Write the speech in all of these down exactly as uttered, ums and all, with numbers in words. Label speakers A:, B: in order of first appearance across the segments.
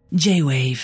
A: J-Wave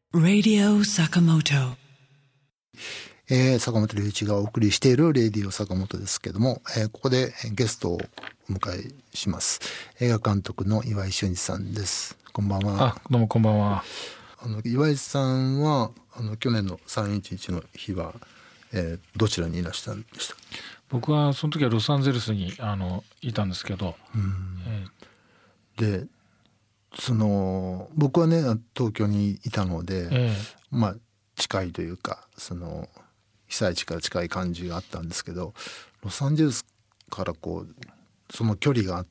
A: Radio Sakamoto、
B: えー、坂本龍一がお送りしているレディオ坂本ですけども、えー、ここでゲストをお迎えします。映画監督の岩井俊二さんです。こんばんは。
C: あ、どうもこんばんは。
B: あの岩井さんはあの去年のさんいちいちの日は、えー、どちらにいらしたんでした？
C: 僕はその時はロサンゼルスにあのいたんですけど、
B: うん、えー、でその僕はね東京にいたので、えー、まあ近いというかその被災地から近い感じがあったんですけど、ロサンゼルスからこうその距離があって、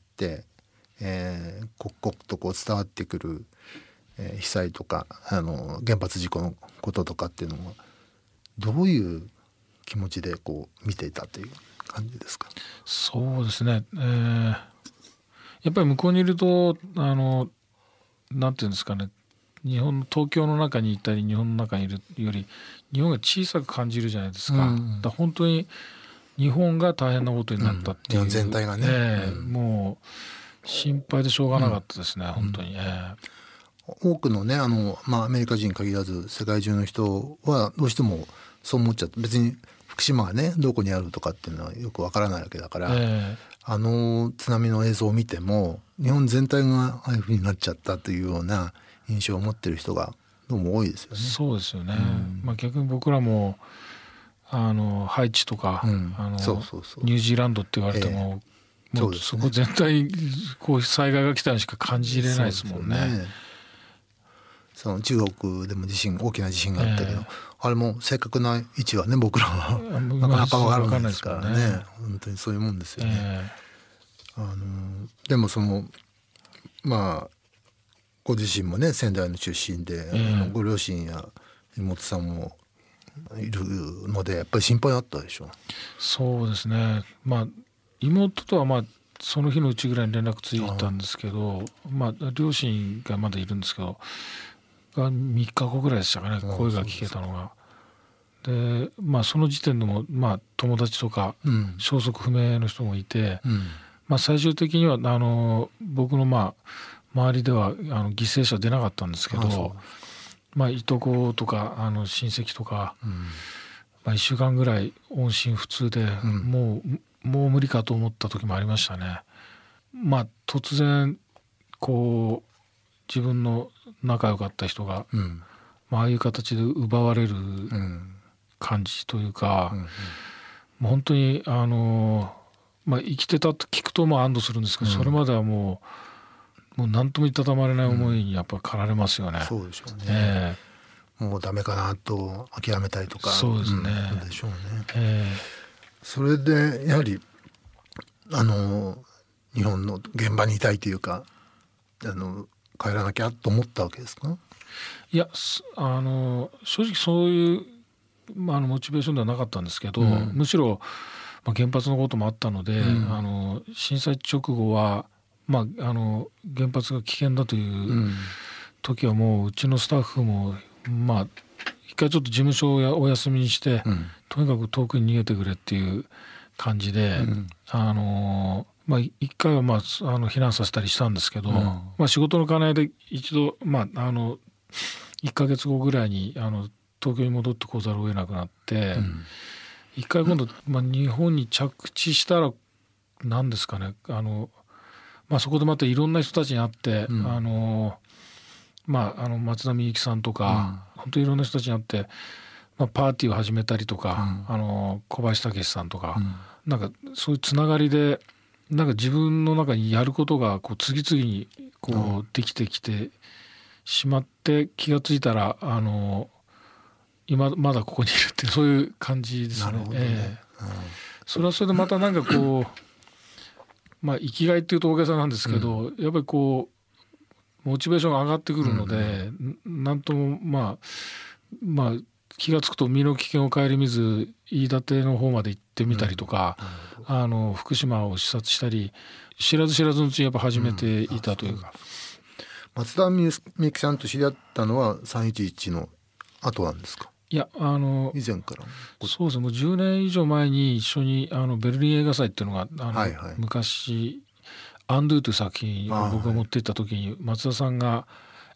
B: えー、刻々とこう伝わってくる、えー、被災とかあの原発事故のこととかっていうのはどういう気持ちでこう見ていたという感じですか？
C: そうですね、えー、やっぱり向こうにいるとあのなんていうんですかね、日本東京の中にいたり日本の中にいるより日本が小さく感じるじゃないですか、うん、だ本当に日本が大変なことになったっていう、うん、
B: 日本全体がね、
C: えーうん、もう心配でしょうがなかったですね、うん、本当に、えー、
B: 多くのねあの、まあ、アメリカ人に限らず世界中の人はどうしてもそう思っちゃって、別に福島がねどこにあるとかっていうのはよくわからないわけだから、えー、あの津波の映像を見ても日本全体がああいう風になっちゃったというような印象を持ってる人がどうも多いですよね。
C: そうですよね、うんまあ、逆に僕らもあのハイチとか、うん、あのそうそうそうニュージーランドって言われても、えー、もうそこ全体こう災害が来たにしか感じれないですもんね。
B: その中国でも地震大きな地震があったけど、えー、あれも正確な位置はね僕らはなかなか分からないですからね、ね本当にそういうもんですよね、えー、あのでもそのまあご自身もね仙台の出身で、えー、ご両親や妹さんもいるのでやっぱり心配だったでしょう？
C: そうですね、まあ妹とはまあその日のうちぐらいに連絡ついたんですけど、まあ両親がまだいるんですけどがみっかごぐらいでしたかね、声が聞けたのが。でまあその時点でも、まあ、友達とか消息不明の人もいて、うんまあ、最終的にはあの僕のまあ周りではあの犠牲者出なかったんですけど、まあ、いとことかあの親戚とか、うんまあ、いっしゅうかんぐらい音信不通で、うん、もうもう無理かと思った時もありましたね。まあ突然こう自分の仲良かった人が、うんまあ、ああいう形で奪われる感じというか、うんうん、もう本当にあの、まあ、生きてたと聞くとまあ安堵するんですけど、うん、それまではもう、もう何ともいたたまれない思いにやっぱ駆られますよね、うん、
B: そうでしょうね、えー、もうダメかなと諦めたいとか
C: そうですね、
B: うん、でしょうね、
C: え
B: ー、それでやはりあの日本の現場にいたいというかあの帰らなきゃと思ったわけですか？
C: いやあの正直そういう、まあ、あのモチベーションではなかったんですけど、うん、むしろ、まあ、原発のこともあったので、うん、あの震災直後は、まあ、あの原発が危険だという時はもううちのスタッフもまあ一回ちょっと事務所をお休みにして、うん、とにかく遠くに逃げてくれっていう感じで、うん、あのまあ、一回はまああの避難させたりしたんですけど、うんまあ、仕事の兼ね合いで一度、まあ、あのいっかげつごぐらいにあの東京に戻ってこざるを得なくなって、うん、一回今度、まあ、日本に着地したら何ですかねあの、まあ、そこでまたいろんな人たちに会って、うんあのまあ、あの松田美由紀さんとか、うん、本当にいろんな人たちに会って、まあ、パーティーを始めたりとか、うん、あの小林武史さんとか、うん、なんかそういうつながりでなんか自分の中にやることがこう次々にこうできてきてしまって気がついたらあの今まだここにいるってそういう感じですね。なるほどね、えーうん、それはそれでまたなんかこうまあ生きがいっていうと大げさなんですけど、うん、やっぱりこうモチベーションが上がってくるので、うんうん、なんともまあまあ気がつくと身の危険を顧みず飯舘の方まで行ってみたりとか、うん、あの福島を視察したり知らず知らずのうちにやっぱ始めていたというか、
B: うん、松田美由紀さんと知り合ったのはさんいちいちの後なんですか？
C: いやあの
B: 以前から
C: そうですねもうじゅうねん以上前に一緒にあのベルリン映画祭っていうのがあの、はいはい、昔アンドゥという作品を僕が持っていった時に松田さんが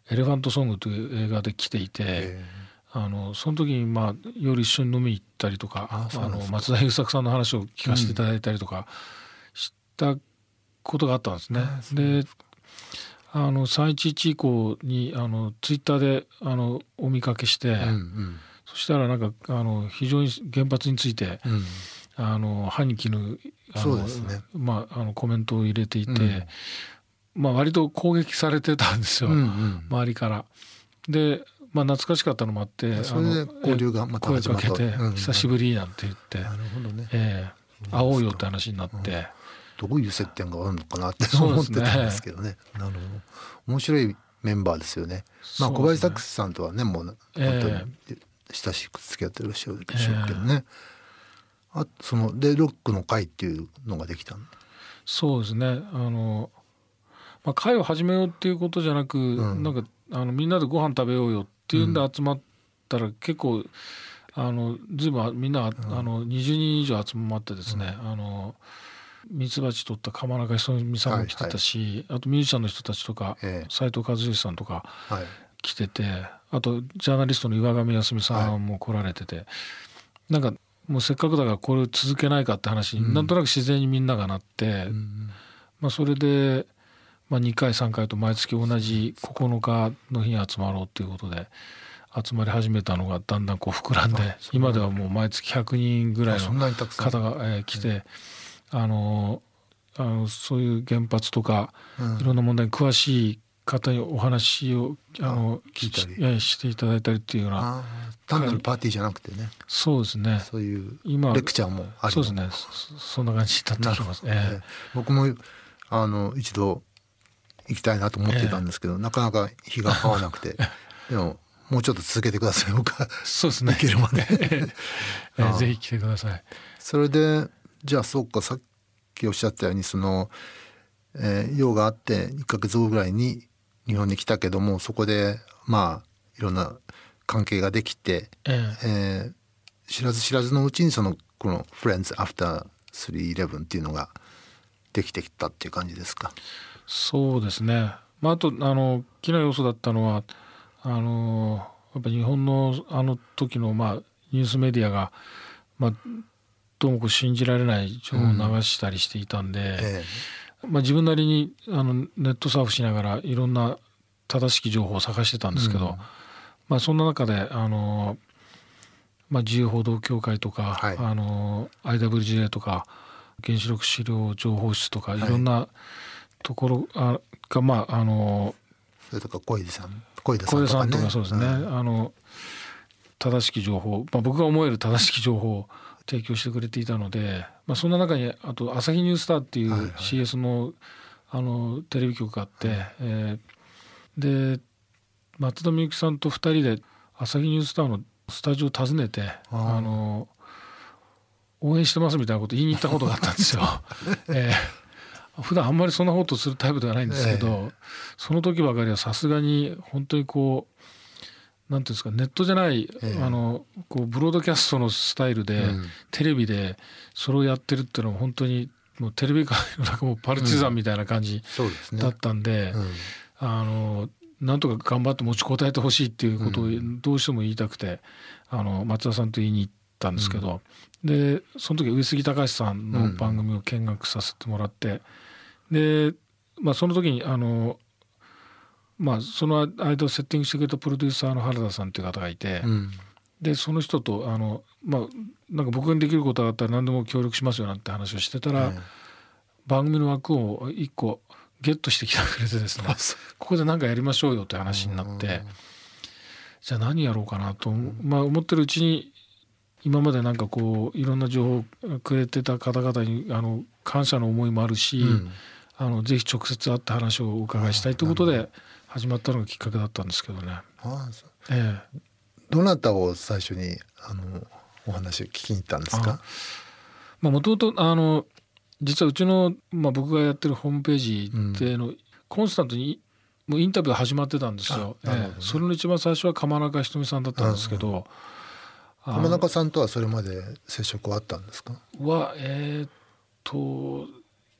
C: エレファントソングという映画で来ていて、あのその時にまあ夜一緒に飲み行ったりとか、ああの松田優作さんの話を聞かせていただいたりとかしたことがあったんですね。うん、であのさんいちいち以降にあのツイッターであのお見かけして、うんうん、そしたらなんかあの非常に原発について、うん、あの歯に衣
B: そうですね、
C: まあ、あのコメントを入れていて、うんまあ、割と攻撃されてたんですよ、うんうん、周りから。で、まあ、懐かしかったのもあって
B: それで交流がまた始まった
C: 声かけて、うんうん、久しぶりなんて言って、
B: なるほどね、
C: えー、会おうよって話になって、うん、
B: どういう接点があるのかなって思ってたんですけど ね, なるほど面白いメンバーですよね。まあ、小林拓司さんとはねもう本当に親しく付き合ってるでしょうけどね、えー、あそのでロックの会っていうのができたの。
C: そうですねあの、まあ、会を始めようっていうことじゃなく、うん、なんかあのみんなでご飯食べようよっていうんで集まったら、うん、結構あのずいぶんみんな、うん、あのにじゅうにん以上集まってですね、うん、あのミツバチ取った鎌中ひ美さんも来てたし、はいはい、あとミュージシャンの人たちとか斎、えー、藤和義さんとか来てて、はい、あとジャーナリストの岩上康美さんも来られてて、はい、なんかもうせっかくだからこれを続けないかって話に、うん、なんとなく自然にみんながなって、うんまあ、それで、まあ、にかいさんかいと毎月同じここのかの日に集まろうということで集まり始めたのがだんだんこう膨らんで、今ではもう毎月ひゃくにんぐらいの方が、えー、来て、あのあのそういう原発とか、うん、いろんな問題に詳しい方にお話をあの
B: 聞いたり
C: していただいたりっていうような、
B: 単なるパーティーじゃなくてね。
C: そうですね。
B: そういうレクチャーもあり。
C: そうですね。そ, そんな感じだったと思います、えー、
B: 僕もあの一度行きたいなと思ってたんですけど、えー、なかなか日が合わなくてでももうちょっと続けてください。僕は
C: そうですね。
B: 行けるまで、
C: えー、ぜひ来てください。
B: それでじゃあそうか、さっきおっしゃったようにその、えー、用があっていっかげつごぐらいに日本に来たけども、そこでまあいろんな関係ができて、えーえー、知らず知らずのうちにそのこの Friends After スリーイレブンっていうのができてきたっていう感じですか。
C: そうですね、まあ、あとあの大きな要素だったのはあのやっぱり日本のあの時の、まあ、ニュースメディアが、まあ、どうもこう信じられない情報を流したりしていたんで、うんええまあ、自分なりにあのネットサーフしながらいろんな正しき情報を探してたんですけど、うんまあ、そんな中であの、まあ、自由報道協会とか、はい、あの アイダブリュージェー とか原子力資料情報室とかいろんなところが、はいまあ、あの
B: それとか小出さん小出
C: さんとかね、とかそうですね、うん、あの正しき情報、まあ、僕が思える正しき情報を提供してくれていたので、まあ、そんな中にあと朝日ニュースターっていう シーエス の、はいはい、あのテレビ局があって、はいえー、で松田美由紀さんとふたりで朝日ニュースターのスタジオを訪ねてああの応援してますみたいなこと言いに行ったことがあったんですよ、えー、普段あんまりそんなことするタイプではないんですけど、えー、その時ばかりはさすがに本当にこうなんていうんですかネットじゃない、えー、あのこうブロードキャストのスタイルで、うん、テレビでそれをやってるっていうのは本当にもうテレビ界のなんかもうパルチザンみたいな感じだったんで、うんうん、あのなんとか頑張って持ちこたえてほしいっていうことをどうしても言いたくて、うん、あの松田さんと言いに行ったんですけど、うん、でその時上杉隆さんの番組を見学させてもらって、うん、で、まあ、その時にあの、まあ、その間をセッティングしてくれたプロデューサーの原田さんという方がいて、うん、でその人とあの、まあ、なんか僕にできることがあったら何でも協力しますよなんて話をしてたら、うん、番組の枠をいっこゲットしてきてくれてですねここで何かやりましょうよという話になってじゃあ何やろうかなと、まあ、思ってるうちに今までなんかこういろんな情報をくれてた方々にあの感謝の思いもあるし、うん、あのぜひ直接会って話をお伺いしたいということで始まったのがきっかけだったんですけどね。ああ、ええ、
B: どなたを最初にあのお話を聞きに行ったんですか。
C: もともとあの実はうちの、まあ、僕がやってるホームページでの、うん、コンスタントにもうインタビュー始まってたんですよ、ねええ、それの一番最初は鎌中ひとみさんだったんですけど、
B: 鎌中さんとはそれまで接触はあったんですか。
C: はえー、っと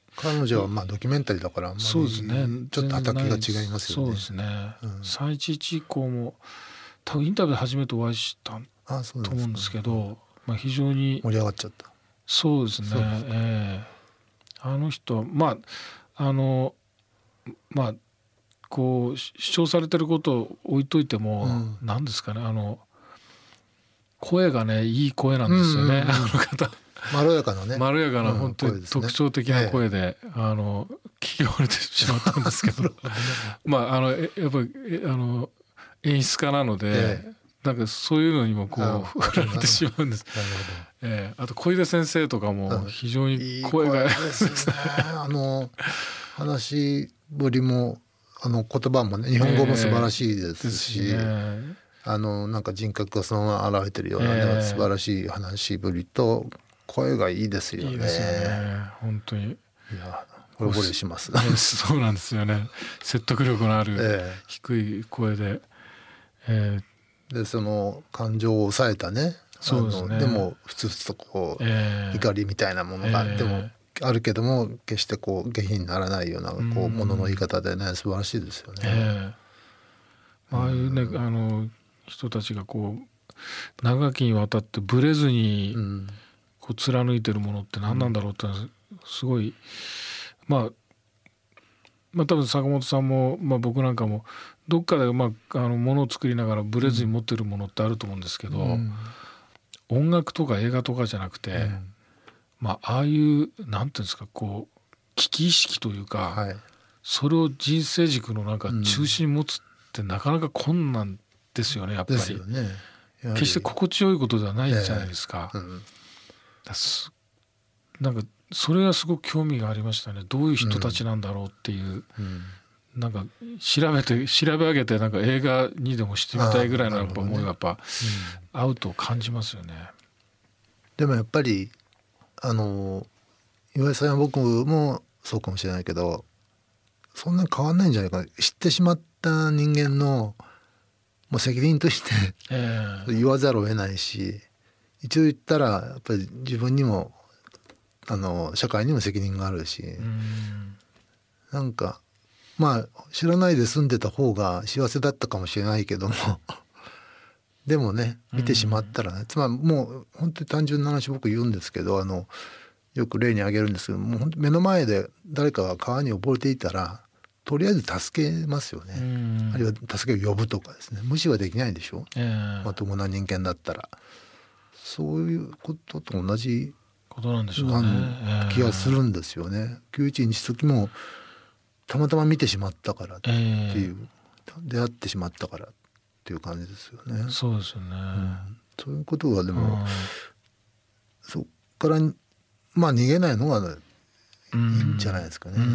B: 彼女はまあドキュメンタリーだからあんまり
C: そうですね、
B: ちょっと畑が違いますよね。
C: そうですね、
B: うん、
C: さんいちいち以降も多分インタビューで初めてお会いしたと思うんですけど、まあ、非常に
B: 盛り上がっちゃった。
C: そうですね、えー、あの人はまああのまあこう主張されてることを置いといても、うん、何ですかね、あの声がねいい声なんですよね、うんうんうん、あの方
B: まろやかなね、
C: まろやかな、うん、本当に特徴的な声で、ええ、あの聞き惚れてしまったんですけどまああのやっぱりあの演出家なので、ええ、なんかそういうのにもこう振られてしまうんです。ええ、あと小出先生とかも非常に声が、うん、いい声ですね
B: あの話しぶりもあの言葉もね日本語も素晴らしいですし、えーね、あのなんか人格がそのまま現れてるような、ねえー、素晴らしい話しぶりと声がいいですよね。
C: いいですよね本当に。い
B: や惚れ惚れします、
C: ね、そうなんですよね。説得力のある低い声で、え
B: ー、でその感情を抑えたね、
C: そうですね、
B: でもふつふつとこう、えー、怒りみたいなものが、えー、でもあるけども決してこう下品にならないようなこうものの言い方でね素晴らしいですよね。え
C: ー、ああいうね、うん、あの人たちがこう長きにわたってブレずにこう貫いてるものって何なんだろうってすごい、まあまあ多分坂本さんも、まあ、僕なんかもどっかで、まあ、あのものを作りながらブレずに持ってるものってあると思うんですけど、うん、音楽とか映画とかじゃなくて、うんまあ、ああいうなんていうんですかこう危機意識というか、はい、それを人生軸のなんか中心に持つってなかなか困難ですよねやっぱり。
B: ですよね。やはり
C: 決して心地よいことではないじゃないですか。えーうん、だすなんかそれがすごく興味がありましたね。どういう人たちなんだろうっていう、うん、なんか調べて調べ上げてなんか映画にでもしてみたいぐらいのやっぱ思いがやっぱ、ねうん、合うと感じますよね。
B: でもやっぱりあの岩井さんや僕もそうかもしれないけどそんなに変わんないんじゃないかな。知ってしまった人間のもう責任として、えー、言わざるを得ないし一応言ったらやっぱり自分にもあの社会にも責任があるし、うんなんかまあ知らないで済んでた方が幸せだったかもしれないけどもでもね見てしまったらね、うん、つまりもう本当に単純な話僕言うんですけどあのよく例に挙げるんですけどもう本当目の前で誰かが川に溺れていたらとりあえず助けますよね、うん、あるいは助けを呼ぶとかですね無視はできないでしょ、えー、まともな人間だったらそういうことと同じ
C: ことなんでしょうね、
B: えー、気がするんですよね。きゅういちにち時もたまたま見てしまったからっていう、えー、出会ってしまったからっていう感じですよね。
C: そうですよね、うん、
B: そういうことはでも、うん、そっからまあ逃げないのがいいんじゃないですかね、うん、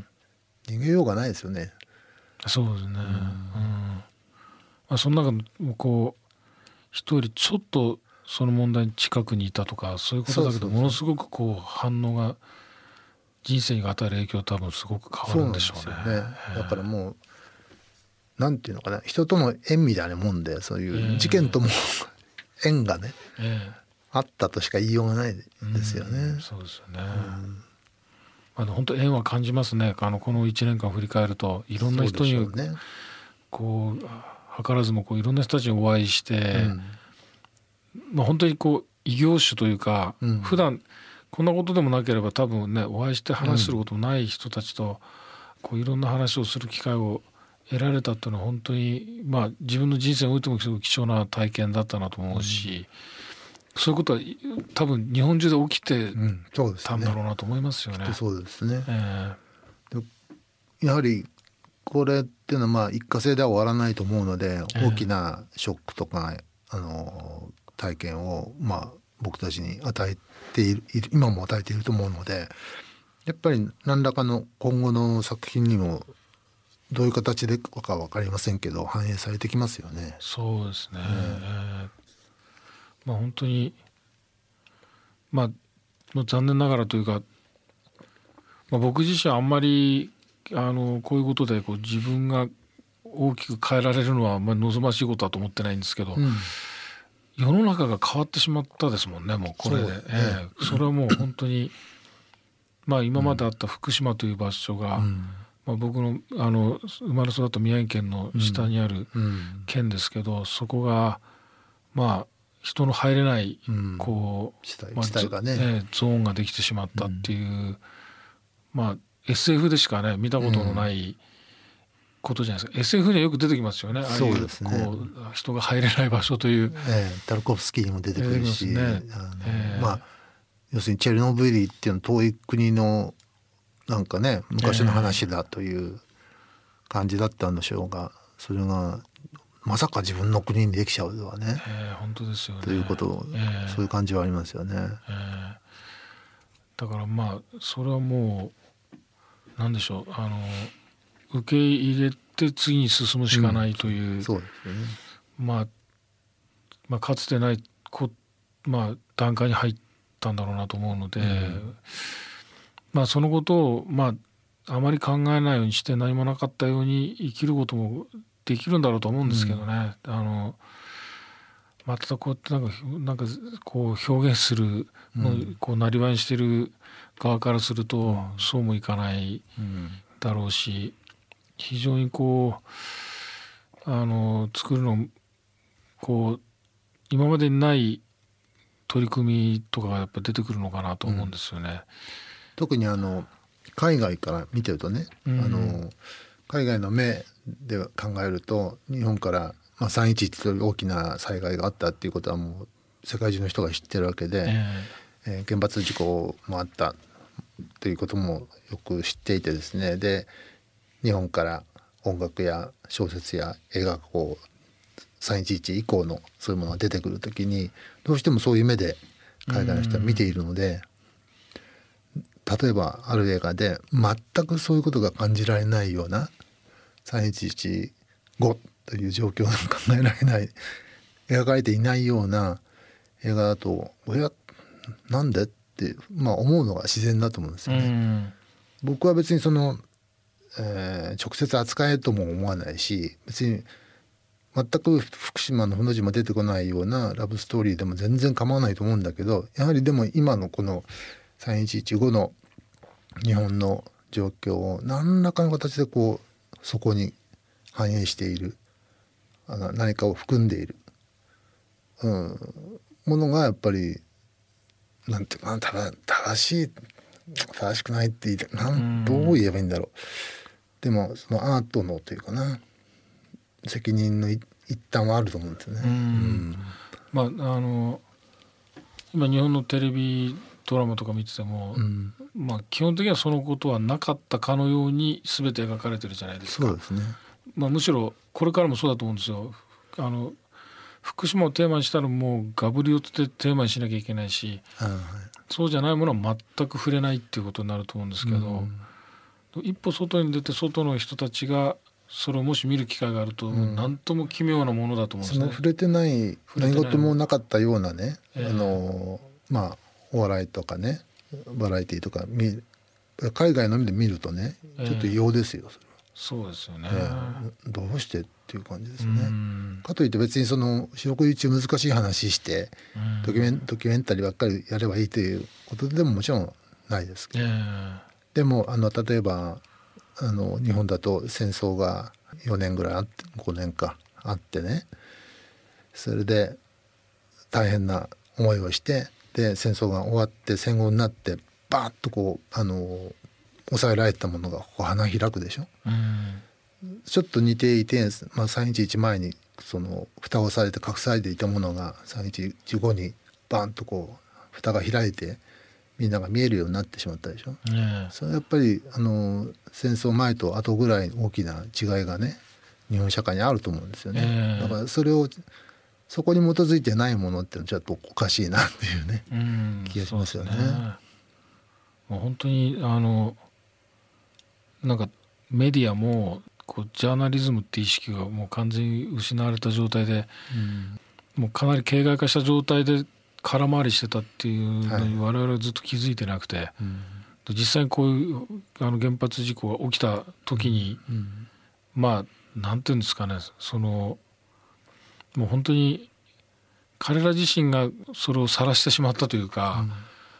B: 逃げようがないですよね。
C: そうですね、うんうんまあ、その中でこう一人ちょっとその問題に近くにいたとかそういうことだけどものすごくこう反応が人生に与える影響多分すごく変わるんでしょうね。
B: そうなんですよね。だからもうなんていうのかな人との縁みたいなもんでそういう事件とも、えー、縁がね、えー、あったとしか言いようがないですよね。
C: うん、そうですよね、うんまあ、本当縁は感じますね。あのこのいちねんかん振り返るといろんな人にこう図らずもこういろんな人たちにお会いして、うんまあ、本当にこう異業種というか、うん、普段こんなことでもなければ多分ねお会いして話することもない人たちとこういろんな話をする機会を得られたっていうのは本当にまあ自分の人生においてもすごく貴重な体験だったなと思うし、うん、そういうことは多分日本中で起きてたんだろうなと思いますよね。
B: そうですね、えー、やはりこれっていうのはまあ一過性では終わらないと思うので、えー、大きなショックとかあの体験をまあ僕たちに与えている今も与えていると思うのでやっぱり何らかの今後の作品にもどういう形でか分かりませんけど反映されてきますよね。
C: そうですね、えー、まあ本当にまあ残念ながらというか、まあ、僕自身はあんまりあのこういうことでこう自分が大きく変えられるのはまあ望ましいことだと思ってないんですけど、うん世の中が変わってしまったですもんねもうこれで そ,、ねえー、それはもう本当にまあ、今まであった福島という場所が、うんまあ、僕の、あの生まれ育った宮城県の下にある県ですけど、うん、そこがまあ人の入れない、うん、こう、
B: 地帯、地帯がね、え
C: ー、ゾーンができてしまったっていう、うん、まあ エスエフ でしかね見たことのないことじゃないですか、うん、エスエフ にはよく出てきますよね。
B: そうですね、
C: こう人が入れない場所という、
B: えー、タルコフスキーにも出てくるし、
C: ね
B: えー、まあ要するにチェルノブイリっていうのは遠い国のなんかね昔の話だという感じだったんでしょうが、それがまさか自分の国にできちゃうとはね、
C: えー、本当ですよね
B: ということ、えー、そういう感じはありますよね、えー、
C: だからまあそれはもうなんでしょう、あの受け入れて次に進むしかないという、
B: うん、そうですよね、
C: まあ、まあかつてないこ、まあ、段階に入ったんだろうなと思うので、うん、まあそのことをまああまり考えないようにして何もなかったように生きることもできるんだろうと思うんですけどね、うん、あのまたこうやってなんかなんかこう表現するのをこうなりわいにしてる側からするとそうもいかないだろうし、非常にこうあの作るのこう今までにない取り組みとかがやっぱ出てくるのかなと思うんですよね、うん、
B: 特にあの海外から見てるとね、うん、あの海外の目で考えると日本からまあさんいちいちという大きな災害があったっていうことはもう世界中の人が知ってるわけで、えーえー、原発事故もあったということもよく知っていてですね、で日本から音楽や小説や映画がこうさんいちいち以降のそういうものが出てくるときにどうしてもそういう目で海外の人は見ているので、例えばある映画で全くそういうことが感じられないようなさんいちいちごという状況が考えられない描かれていないような映画だと俺はなんでって、まあ、思うのが自然だと思うんですよね、うん、僕は別にその、えー、直接扱えとも思わないし、別に全く福島のふの字も出てこないようなラブストーリーでも全然構わないと思うんだけど、やはりでも今のこのさんいちいちごの日本の状況を何らかの形でこうそこに反映している、あの何かを含んでいる、うん、ものがやっぱりなんていうかな、正しい正しくないって言いなんどう言えばいいんだろう、でもそのアートのというかな責任の一端はあると思うんですよね。うん、うん、
C: まああの今日本のテレビドラマとか見てても、うん、まあ基本的にはそのことはなかったかのように全て描かれてるじゃないですか。
B: そうですね。
C: まあ、むしろこれからもそうだと思うんですよ。あの福島をテーマにしたらもうガブリオってテーマにしなきゃいけないし、はい、そうじゃないものは全く触れないっていうことになると思うんですけど、うん、一歩外に出て外の人たちがそれをもし見る機会があると、うん、何とも奇妙なものだと思うんですね。
B: その触れてない何事もなかったようなね、えー、あのまあお笑いとかねバラエティとか見海外の目で見るとねちょっと異様ですよ、それは。
C: そうですよね、
B: えー、どうしてっていう感じですね。かといって別にその四六時中難しい話してドキュメン、ドキュメンタリーばっかりやればいいということでももちろんないですけど、えー、でもあの例えばあの日本だと戦争がよねんぐらいあってごねんかあってね、それで大変な思いをしてで戦争が終わって戦後になってバーッとこうあの抑えられたものがこう花開くでしょ、うん、ちょっと似ていて、まあ、さんいちいちまえにその蓋をされて隠されていたものがさんいちいちごにバーンとこう蓋が開いてみんなが見えるようになってしまったでしょ、ね、それはやっぱりあの戦争前と後ぐらい大きな違いがね日本社会にあると思うんですよね、えー、だからそれをそこに基づいてないものっていうのはちょっとおかしいなっていうね、うん、気がしますよね。そうですね。
C: もう本当にあのなんかメディアもこうジャーナリズムって意識がもう完全に失われた状態で、うん、もうかなり形骸化した状態で空回りしてたっていうのに我々はずっと気づいてなくて、はい、実際にこういうあの原発事故が起きた時に、うん、まあなんていうんですかね、そのもう本当に彼ら自身がそれを晒してしまったというか、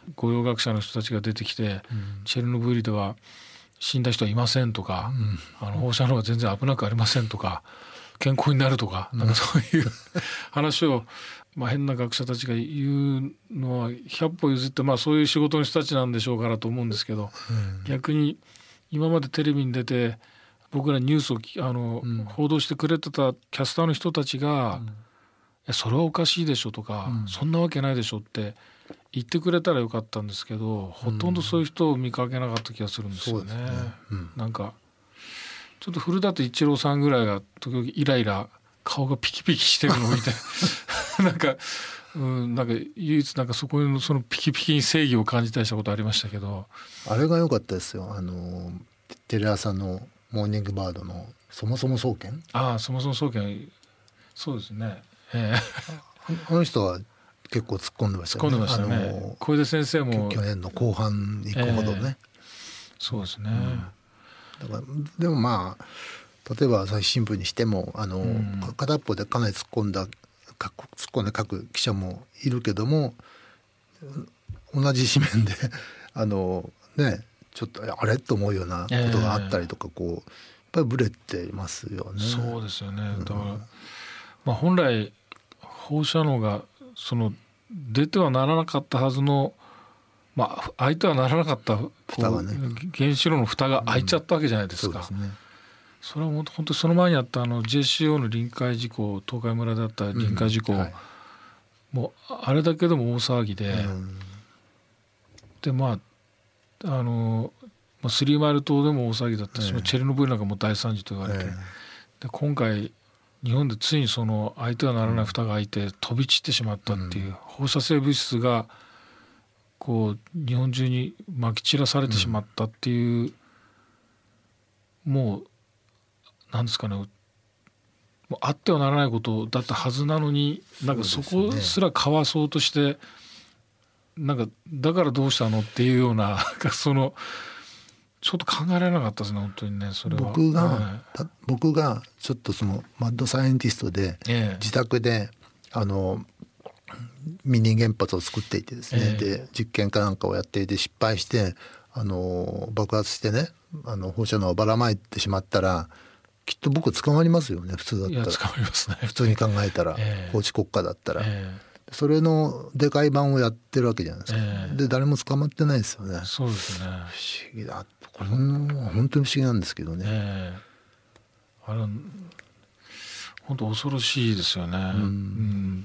C: 御用学者の人たちが出てきて、うん、チェルノブイリでは死んだ人はいませんとか、うん、あの放射能は全然危なくありませんとか健康になるとか、うん、なんかそういう話を、まあ、変な学者たちが言うのはひゃっぽ譲って、まあ、そういう仕事の人たちなんでしょうからと思うんですけど、うん、逆に今までテレビに出て僕らニュースをあの、うん、報道してくれてたキャスターの人たちが、うん、いやそれはおかしいでしょとか、うん、そんなわけないでしょって言ってくれたらよかったんですけど、ほとんどそういう人を見かけなかった気がするんですよね。そうですね、うん、なんかちょっと古舘一郎さんぐらいが時々イライラ顔がピキピキしてるのを見てなんか、うん、なんか唯一なんかそこのそのピキピキに正義を感じたりしたことありましたけど、
B: あれが良かったですよ。あのテレ朝のモーニングバードのそもそも総研。
C: ああそもそも総研、そうですね、え
B: ー、あの人は結構突っ込んでましたね。
C: 突っ込んでましたね。小出先生も
B: 去年の後半行くほどね、えー、
C: そうですね、
B: うん、だからでもまあ例えば朝日新聞にしてもあの、うん、片っぽでかなり突っ込んだ突っ込んで書く記者もいるけども、同じ紙面であのねちょっとあれと思うようなことがあったりとか、こうやっぱりブレてますよね。
C: そうですよね。だから、うん、まあ、本来放射能がその出てはならなかったはずの、まあ、開いてはならなかった蓋が、ね、原子炉の蓋が開いちゃったわけじゃないですか、うん、そうですね。それは本当その前にあったあの ジェーシーオー の臨界事故、東海村であった臨界事故、うん、はい、もうあれだけでも大騒ぎで、うん、でまああのスリーマイル島でも大騒ぎだったし、えー、チェルノブイリなんかも大惨事と言われて、えー、で今回日本でついにその開いてはならない蓋が開いて飛び散ってしまったっていう、うん、放射性物質がこう日本中にまき散らされてしまったっていう、うん、もうなんですかね、もうあってはならないことだったはずなのに、なんかそこすらかわそうとして、なんかだからどうしたのっていうようなそのちょっと考えられなかったですね、本当にね。それは
B: 僕が、はい、僕がちょっとそのマッドサイエンティストで、ええ、自宅であのミニ原発を作っていてですね、ええ、で実験かなんかをやっていて失敗してあの爆発してね、あの放射能をばらまいてしまったらきっと僕捕まりますよね、普通だったら。いや捕まりますね、普通に考えたら、えー、法治国家だったら、えー、それのでかい版をやってるわけじゃないですか、えー、で誰も捕まってないですよね。
C: そうですね、
B: 不思議だ、これも本当に不思議なんですけどね、え
C: ー、あれ本当恐ろしいですよね、うんうん、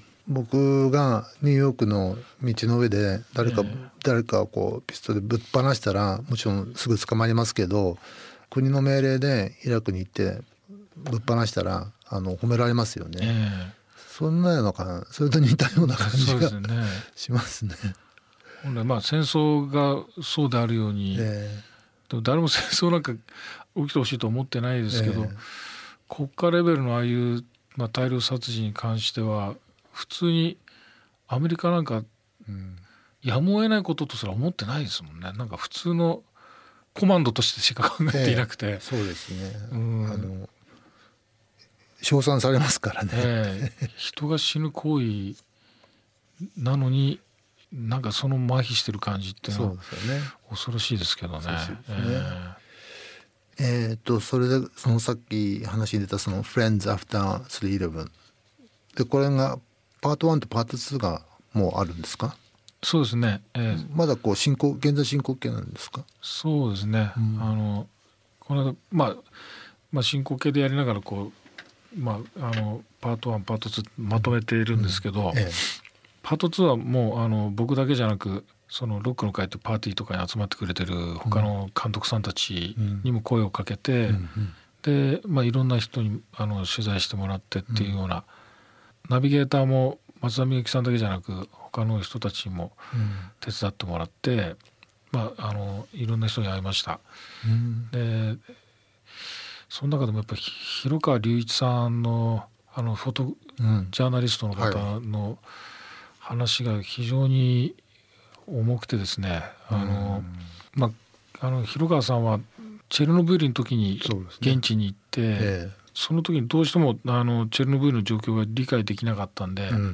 B: 僕がニューヨークの道の上で誰か、えー、誰かをこうピストルでぶっ放したらもちろんすぐ捕まりますけど、国の命令でイラクに行ってぶっ放したらあの褒められますよね、えー、そんなのかな、それと似たような感じが、ね、しますね。
C: 本来まあ戦争がそうであるように、えー、でも誰も戦争なんか起きてほしいと思ってないですけど、えー、国家レベルのああいう、まあ、大量殺人に関しては普通にアメリカなんか、うん、やむを得ないこととすら思ってないですもんね。なんか普通のコマンドとしてしか考えていなくて、え
B: ー、そうですね、うん、あの称賛されますからね、
C: えー、人が死ぬ行為なのになんかその麻痺してる感じっていうのは恐ろしいですけどね。
B: えーとそれでそのさっき話に出たその Friends After スリーイレブンで、これがパートワンとパートツーがもうあるんですか？
C: そうですね、えー、
B: まだこう進行現在進行形なんですか？
C: そうですね、うん、あのこの間、まあ、まあ進行形でやりながらこう、まあ、あのパートワンパートツーまとめているんですけど、うんええ、パートツーはもうあの僕だけじゃなくそのロックの会ってパーティーとかに集まってくれてる他の監督さんたちにも声をかけて、うんうん、で、まあ、いろんな人にあの取材してもらってっていうような、うん、ナビゲーターも松田美幸さんだけじゃなく他の人たちにも手伝ってもらって、うん、まあ、あのいろんな人に会いました、うん、でその中でもやっぱり広川隆一さんのあのフォト、うん、ジャーナリストの方の話が非常に重くてですね、あの、うんまあ、あの広川さんはチェルノブイリの時に現地に行って、ねええ、その時にどうしてもあのチェルノブイリの状況が理解できなかったんで、うん、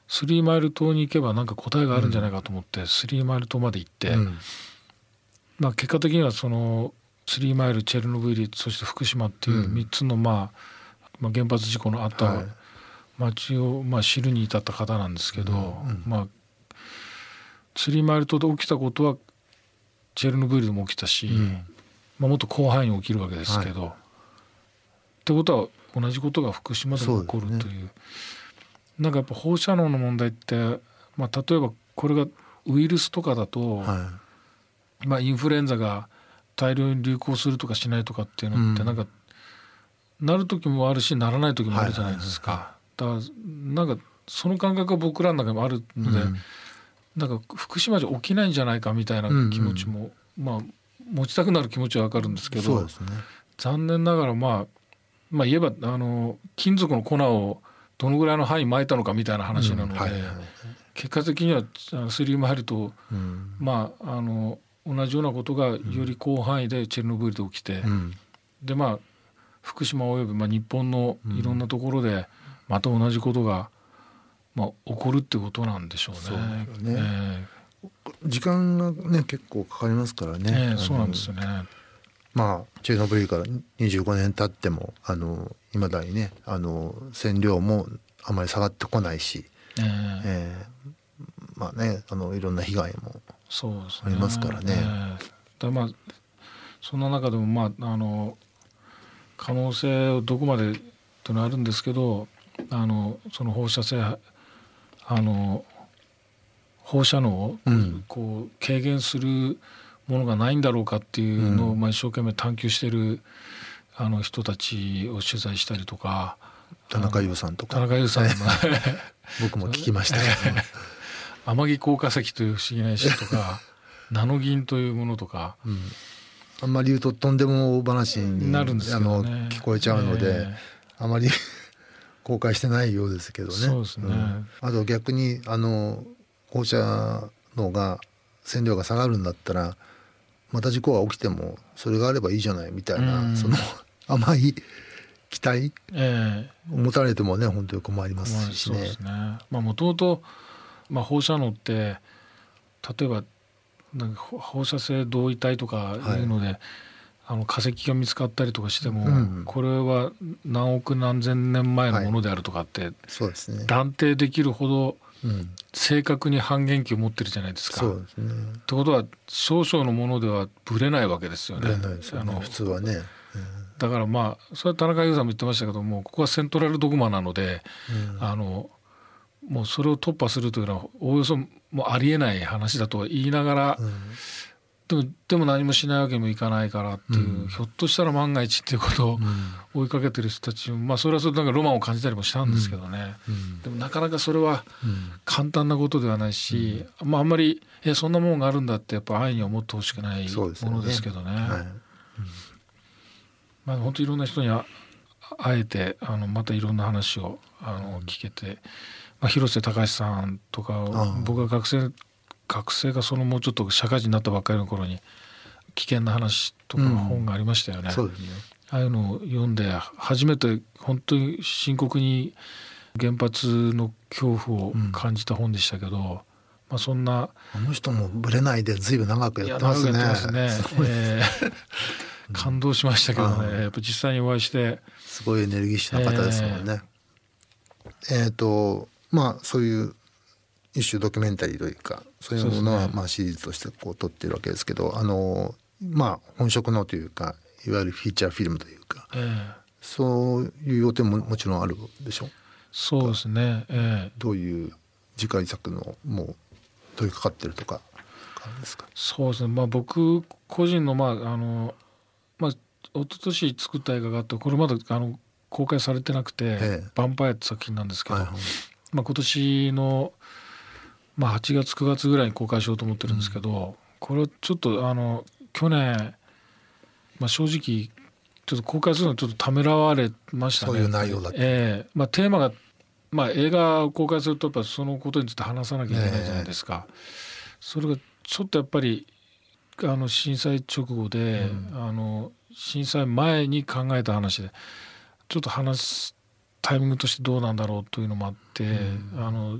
C: スリーマイル島に行けばなんか答えがあるんじゃないかと思ってスリーマイル島まで行って、うんまあ、結果的にはそのスリーマイル、チェルノブイリ、そして福島っていうみっつのまあまあ原発事故のあった町をまあ知るに至った方なんですけど、うんうんまあ、スリーマイル島で起きたことはチェルノブイリでも起きたし、うんまあ、もっと広範囲に起きるわけですけど、はい、ってことは同じことが福島でも起こるという、なんかやっぱ放射能の問題って、まあ、例えばこれがウイルスとかだと、はいまあ、インフルエンザが大量に流行するとかしないとかっていうのってなんか、うん、なる時もあるしならない時もあるじゃないですか、はいはいはい、だからなんかその感覚が僕らの中にもあるので、うん、なんか福島じゃ起きないんじゃないかみたいな気持ちも、うんうん、まあ持ちたくなる気持ちは分かるんですけど、
B: そうですね、
C: 残念ながら、まあ、まあ言えばあの金属の粉をどのぐらいの範囲撒いたのかみたいな話なので、うんはいはいはい、結果的にはスリーマイルと、うん、まああの同じようなことがより広範囲でチェルノブイリで起きて、うん、でまあ福島およびまあ日本のいろんなところでまた同じことが、まあ、起こるってことなんでしょうね。
B: そうね、えー、時間がね結構かかりますからね、
C: えー、そうなんですよね。
B: まあチェルノブイリからにじゅうごねん経ってもあの未だにねあの線量もあまり下がってこないし、えーえー、まあねあのいろんな被害もありますからね。えー、
C: だまあそんな中でもまああの可能性をどこまでというのはあるんですけど、あのその放射性あの放射能をこう軽減するものがないんだろうかっていうのをまあ一生懸命探求しているあの人たちを取材したりとか、
B: 田中優さんとか
C: 田中優さん
B: 僕も聞きましたけど
C: 天城効果石という不思議な石とかナノ銀というものとか、うん、
B: あんまり言うととんでも話になるんですけど、ね、あの聞こえちゃうので、えー、あまり公開してないようですけどね。
C: そうですね、うん、
B: あと逆にあの放射能が線量が下がるんだったらまた事故が起きてもそれがあればいいじゃないみたいな、うん、その甘い期待、えー、持たれてもね本当に困りますしね。
C: もともと放射能って例えばなんか放射性同位体とかいうので、はい、あの化石が見つかったりとかしても、うん、これは何億何千年前のものであるとかって、はい、
B: そうですね、
C: 断定できるほど正確に半減期を持ってるじゃないですか。
B: そうですね。
C: ってことは少々のものではぶれないわけですよね。
B: ぶれないですよね、あの普通はね。
C: だからまあそれは田中優さんも言ってましたけども、ここはセントラルドグマなので、うん、あのもうそれを突破するというのはおおよそもうありえない話だとは言いながら、うん、でもでも何もしないわけにもいかないからっていう、うん、ひょっとしたら万が一っていうことを追いかけてる人たちも、まあそれはそれなんかロマンを感じたりもしたんですけどね、うん、でもなかなかそれは簡単なことではないし、うん、まああんまりえそんなものがあるんだってやっぱ安易に思ってほしくないものですけどね。はい、うん、まあ本当にいろんな人にあ会えてあのまたいろんな話をあの聞けて、まあ、広瀬隆さんとか僕が学生学生がそのもうちょっと社会人になったばっかりの頃に危険な話とかの本がありましたよね、うん、そうですね。ああいうのを読んで初めて本当に深刻に原発の恐怖を感じた本でしたけど、うん、まあ、そんな
B: あの人もぶれないで随分長くやってますね。
C: いや長くやってますね、えー、感動しましたけどね、うん、やっぱ実際にお会いして
B: すごいエネルギッシュな方ですもんね。えー、えーとまあそういう一種ドキュメンタリーというかそういうものはまあシリーズとしてこう撮ってるわけですけど、あのまあ本職のというかいわゆるフィーチャーフィルムというか、えー、そういう予定ももちろんあるでしょう。
C: そうですね、えー、
B: どういう次回作のもう取り掛かってるとかあるんですか。
C: そうですね、まあ、僕個人のまああのまあ一昨年作った映画があってこれまだあの公開されてなくて、ええ、ヴァンパイアって作品なんですけど、はいはい、まあ、今年の、まあ、はちがつくがつぐらいに公開しようと思ってるんですけど、うん、これはちょっとあの去年、まあ、正直ちょっと公開するのちょっとためらわれましたね。
B: そういう内容だった、
C: ええ、まあ、テーマが、まあ、映画を公開するとやっぱそのことについて話さなきゃいけないじゃないですか、ええ、それがちょっとやっぱりあの震災直後で、うん、あの震災前に考えた話でちょっと話すタイミングとしてどうなんだろうというのもあって、うん、あの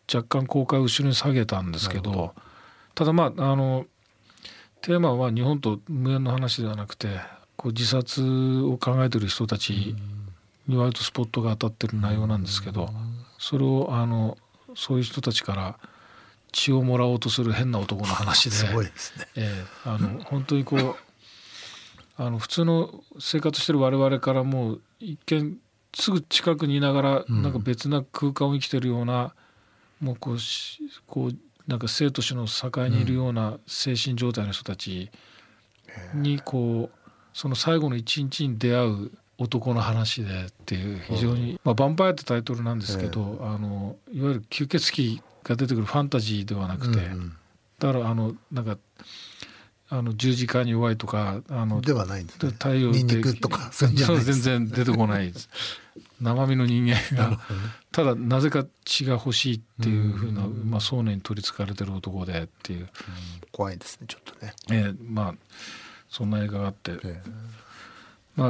C: 若干公開を後ろに下げたんですけど、どただまああのテーマは日本と無縁の話ではなくて、こう自殺を考えている人たちに割とスポットが当たってる内容なんですけど、それをあのそういう人たちから血をもらおうとする変な男の話で、
B: すごいですね、
C: えー、あの本当にこうあの普通の生活してる我々からもう一見すぐ近くにいながらなんか別な空間を生きてるような、もうこうこうなんか生と死の境にいるような精神状態の人たちにこうその最後の一日に出会う男の話でっていう、非常に、まあ、ヴァンパイアってタイトルなんですけど、あのいわゆる吸血鬼が出てくるファンタジーではなくて、だからあのなんかあの十字架に弱いとかあの
B: ではないんですね。
C: 太陽
B: ニンニクとかそういうんじゃないです。
C: 全然出てこないです生身の人間がただなぜか血が欲しいっていうふうな、まあ、想念に取りつかれてる男でっていう、
B: 怖いですねちょっとね、
C: えー、まあそんな映画があって、えーまあ、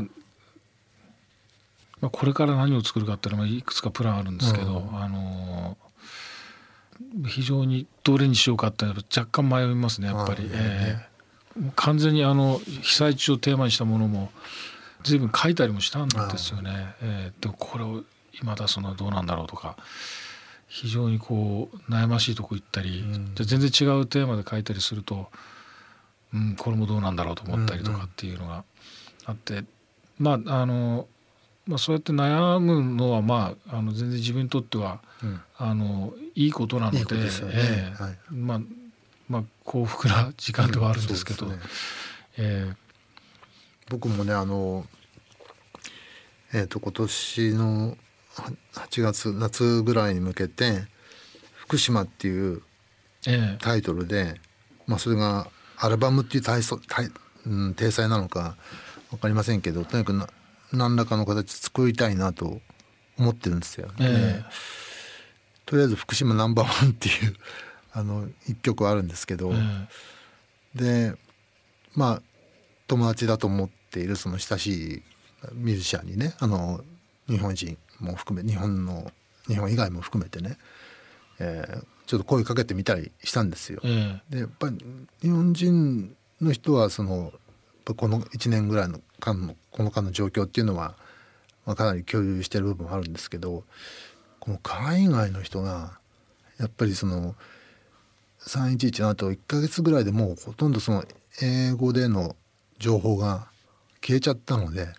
C: まあこれから何を作るかっていうのはいくつかプランあるんですけど、うん、あのー、非常にどれにしようかって若干迷いますねやっぱり、ねえー、完全にあの被災地をテーマにしたものも随分書いたりもしたんですよね、えー、でもこれを今出すのはどうなんだろうとか非常にこう悩ましいとこ行ったり、うん、で全然違うテーマで書いたりすると、うん、これもどうなんだろうと思ったりとかっていうのがあって、うんうん、まああの、まあ、そうやって悩むのは、まあ、あの全然自分にとっては、うん、あのいいことなので、いいことですよね、えーはい、まあまあ、幸福な時間ではあるんですけど、うんねえー、
B: 僕もねあのえー、と今年のはちがつ夏ぐらいに向けて福島っていうタイトルで、えーまあ、それがアルバムっていう体操体、うん、体裁なのか分かりませんけど、とにかくな何らかの形作りたいなと思ってるんですよ、えー、とりあえず福島ナンバーワンっていうあの一曲あるんですけど、えー、でまあ友達だと思っているその親しいミュージシャンにね、あの日本人も含め日本の日本以外も含めてね、えー、ちょっと声かけてみたりしたんですよ、えー、でやっぱり日本人の人はそのこのいちねんぐらいの間のこの間の状況っていうのは、まあ、かなり共有してる部分もあるんですけど、この海外の人がやっぱりそのさんいちいちの後いっかげつぐらいでもうほとんどその英語での情報が消えちゃったので、うん、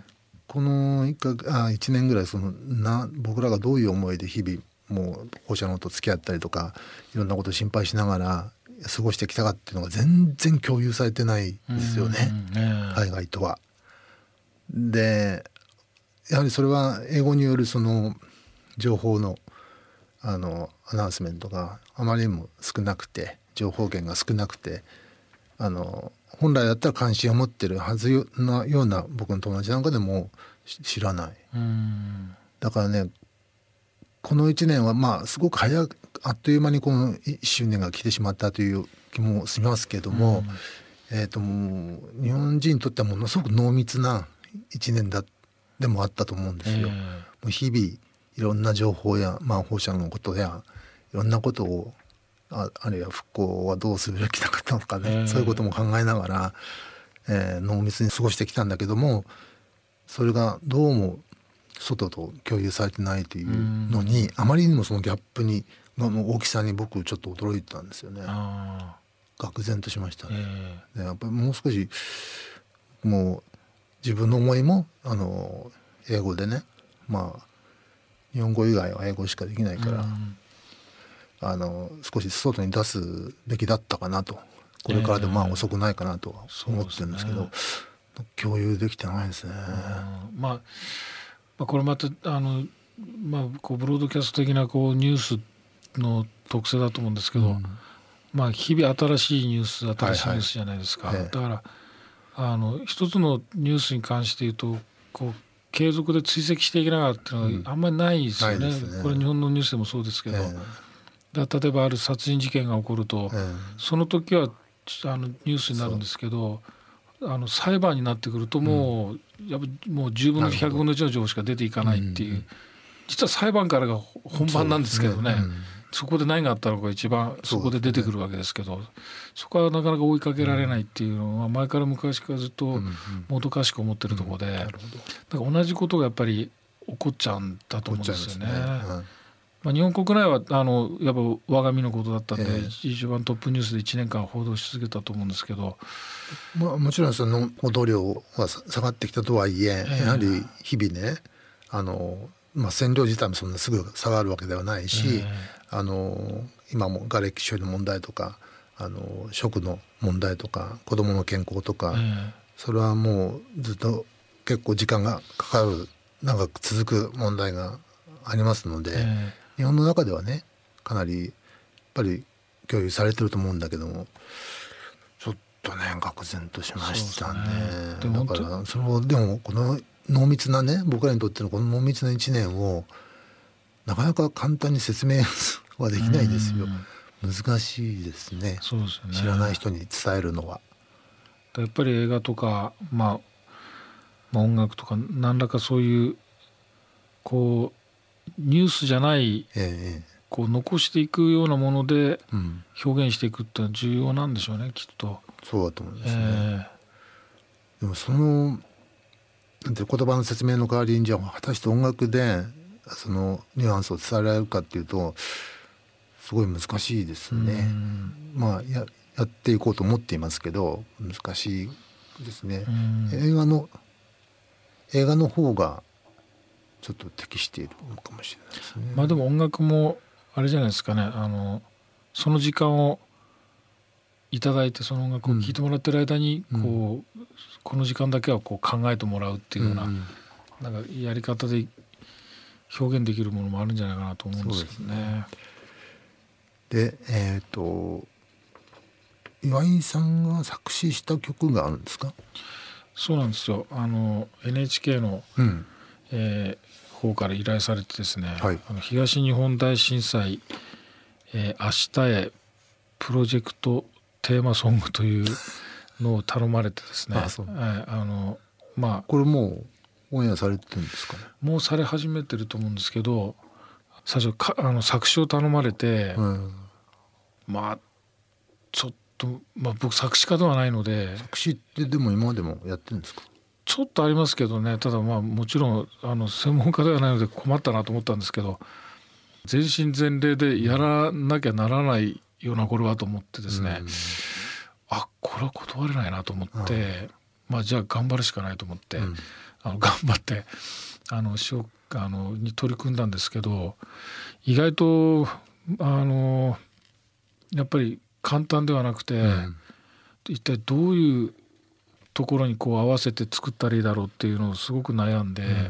B: この 1, かあいちねんぐらいそのな僕らがどういう思いで日々もう放射能と付き合ったりとかいろんなことを心配しながら過ごしてきたかっていうのが全然共有されてないですよね、うんうん、海外とは。でやはりそれは英語によるその情報のあのアナウンスメントがあまりにも少なくて、情報源が少なくて、あの本来だったら関心を持ってるはずなような僕の友達なんかでも知らない。うんだからねこのいちねんはまあすごく早くあっという間にこのいっしゅうねんが来てしまったという気もしますけども、うんえー、ともう日本人にとってはものすごく濃密ないちねんだでもあったと思うんですよ、えー、もう日々いろんな情報や、まあ、放射能のことやいろんなことを あ, あるいは復興はどうするべきだったのかね、えー、そういうことも考えながら、えー、濃密に過ごしてきたんだけども、それがどうも外と共有されてないというのに、あまりにもそのギャップにの大きさに僕ちょっと驚いてたんですよね。愕然としましたね、えー、でやっぱりもう少しもう自分の思いもあの英語でね、まあ日本語以外は英語しかできないから、あの少し外に出すべきだったかなと、これからでもまあ遅くないかなとは思ってるんですけど、えーね、共有できてないですね。
C: まあ、まあこれまたあの、まあ、こうブロードキャスト的なこうニュースの特性だと思うんですけど、うんまあ、日々新しいニュース新しいニュースじゃないですか、はいはい、だからあの一つのニュースに関して言うとこう継続で追跡していけながらっていうのはあんまりないですよね、うん、ねこれ日本のニュースでもそうですけど、えー、だ例えばある殺人事件が起こると、えー、その時はあのニュースになるんですけど、あの裁判になってくるともう、うん、やっぱもうじゅうぶんのいちひゃくぶんのいちの情報しか出ていかないっていう、うん、実は裁判からが本番なんですけどね、 そこで何があったのか一番そこで出てくるわけですけど、 そうですね、そこはなかなか追いかけられないっていうのは前から昔からずっともどかしく思ってるところで、うんうん、だから同じことがやっぱり起こっちゃうんだと思うんですよね。まあ、日本国内はあのやっぱ我が身のことだったんで、えー、一番トップニュースでいちねんかん報道し続けたと思うんですけど、
B: まあ、もちろんその報道量は下がってきたとはいえ、えー、やはり日々ねあの、まあ、線量自体もそんなすぐ下がるわけではないし、えー、あの今も瓦礫処理の問題とかあの食の問題とか子どもの健康とか、えー、それはもうずっと結構時間がかかる長く続く問題がありますので、えー日本の中ではねかなりやっぱり共有されてると思うんだけども、ちょっとね愕然としましたね。だからそれをでもこの濃密なね僕らにとってのこの濃密ないちねんをなかなか簡単に説明はできないですよ。難しいですね。
C: そうですよね。
B: 知らない人に伝えるのは
C: やっぱり映画とか、まあ、まあ音楽とか何らかそういうこうニュースじゃない、ええ、こう残していくようなもので表現していくってのは重要なんでしょうね、きっと。
B: そうだと思いますね、えー、でもそのなんて言葉の説明の代わりにじゃあ果たして音楽でそのニュアンスを伝えられるかっていうとすごい難しいですね。まあ や, やっていこうと思っていますけど難しいですね。映画の映画の方がちょっと適しているのかもしれないですね。
C: まあでも音楽もあれじゃないですかね、あのその時間をいただいてその音楽を聴いてもらってる間にこう、うん、この時間だけはこう考えてもらうっていうような、うん、なんかやり方で表現できるものもあるんじゃないかなと思うんですけどね。
B: で、えっと岩井さんが作詞した曲があるんですか？
C: そうなんですよ。あの エヌエイチケー の、うんえー方から依頼されてですね、はい、あの東日本大震災、えー、明日へプロジェクトテーマソングというのを頼まれてですねあそう、えーあのまあ、
B: これもうオンエアされてるんですかね？
C: もうされ始めてると思うんですけど最初かあの作詞を頼まれて、うん、まあちょっと、まあ、僕作詞家ではないので。
B: 作詞ってでも今までもやってるんですか？
C: ちょっとありますけどね。ただまあもちろんあの専門家ではないので困ったなと思ったんですけど全身全霊でやらなきゃならないようなこれはと思ってですね、うん、あこれは断れないなと思って、うん、まあじゃあ頑張るしかないと思って、うん、あの頑張ってあのしょあのに取り組んだんですけど意外とあのやっぱり簡単ではなくて、うん、一体どういうところにこう合わせて作ったらいいだろうっていうのをすごく悩んで、うんうん、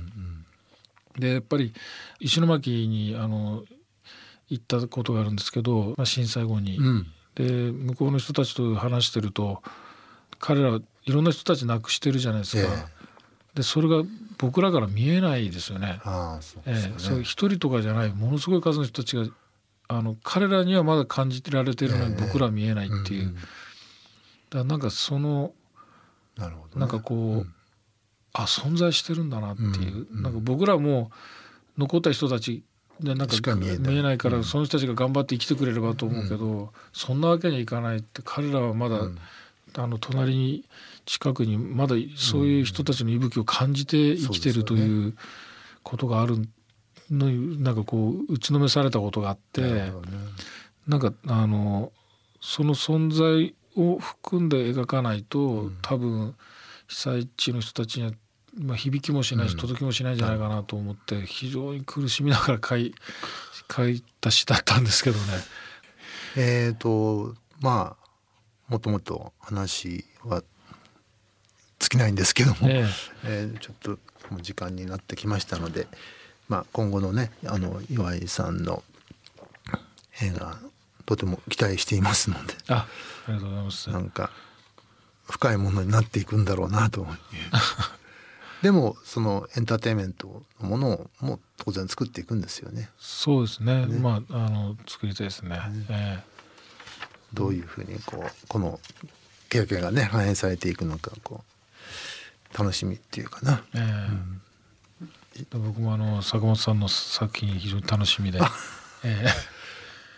C: でやっぱり石巻にあの行ったことがあるんですけど、まあ、震災後に、うん、で向こうの人たちと話してると彼らいろんな人たち亡くしてるじゃないですか、えー、でそれが僕らから見えないですよね。ああそうですよね。えー、そう一人とかじゃないものすごい数の人たちがあの彼らにはまだ感じられてるのに僕らは見えないっていう、えーうんうん、だからなんかそのなるほどね、なんかこう、うん、あ存在してるんだなっていう、うんうん、なんか僕らも残った人たちでなんか見えない、見えないから、うん、その人たちが頑張って生きてくれればと思うけど、うん、そんなわけにはいかないって彼らはまだ、うん、あの隣に近くにまだそういう人たちの息吹を感じて生きてるということがあるのになんかこう打ちのめされたことがあって、ね、なんかあのその存在を含んで描かないと、うん、多分被災地の人たちには、まあ、響きもしないし届きもしないんじゃないかなと思って、うん、非常に苦しみながら書い、書いた詩だったんですけどね。
B: えーとまあもともと話は尽きないんですけども、えーえー、ちょっともう時間になってきましたので、まあ、今後のねあの岩井さんの映画とても期待していますので、
C: あ、ありがとうございます。
B: なんか深いものになっていくんだろうなと思うでもそのエンターテインメントのものをもう当然作っていくんですよね。
C: そうですね、ね、まあ、あの作りたいですね、ねえ
B: ー、どういうふうにこうこの経験がね反映されていくのかこう楽しみっていうかな、えー
C: うん、僕もあの坂本さんの作品非常に楽しみで、えー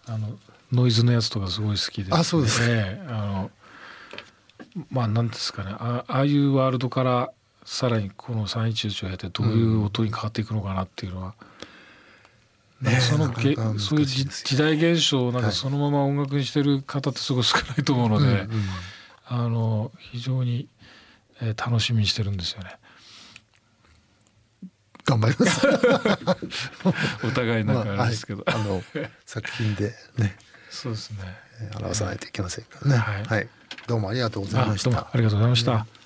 C: あのノイズのやつとかすごい好きで、ね、
B: あそうです
C: ね、あのまあ何ですかね、あああいうワールドからさらにこのさんいちいちを経てどういう音に変わっていくのかなっていうのは、うん、そのげそういう時代現象をなんかそのまま音楽にしてる方ってすごい少ないと思うので、はい、うんうん、あの非常に、えー、楽しみにしてるんですよね。
B: 頑張ります
C: お互いなんかあれですけど、
B: まあはい、あの作品でね
C: そうですね、
B: 表さないといけませんからね、はい、はい、どうもありがとうございました。
C: どうもありがとうございました。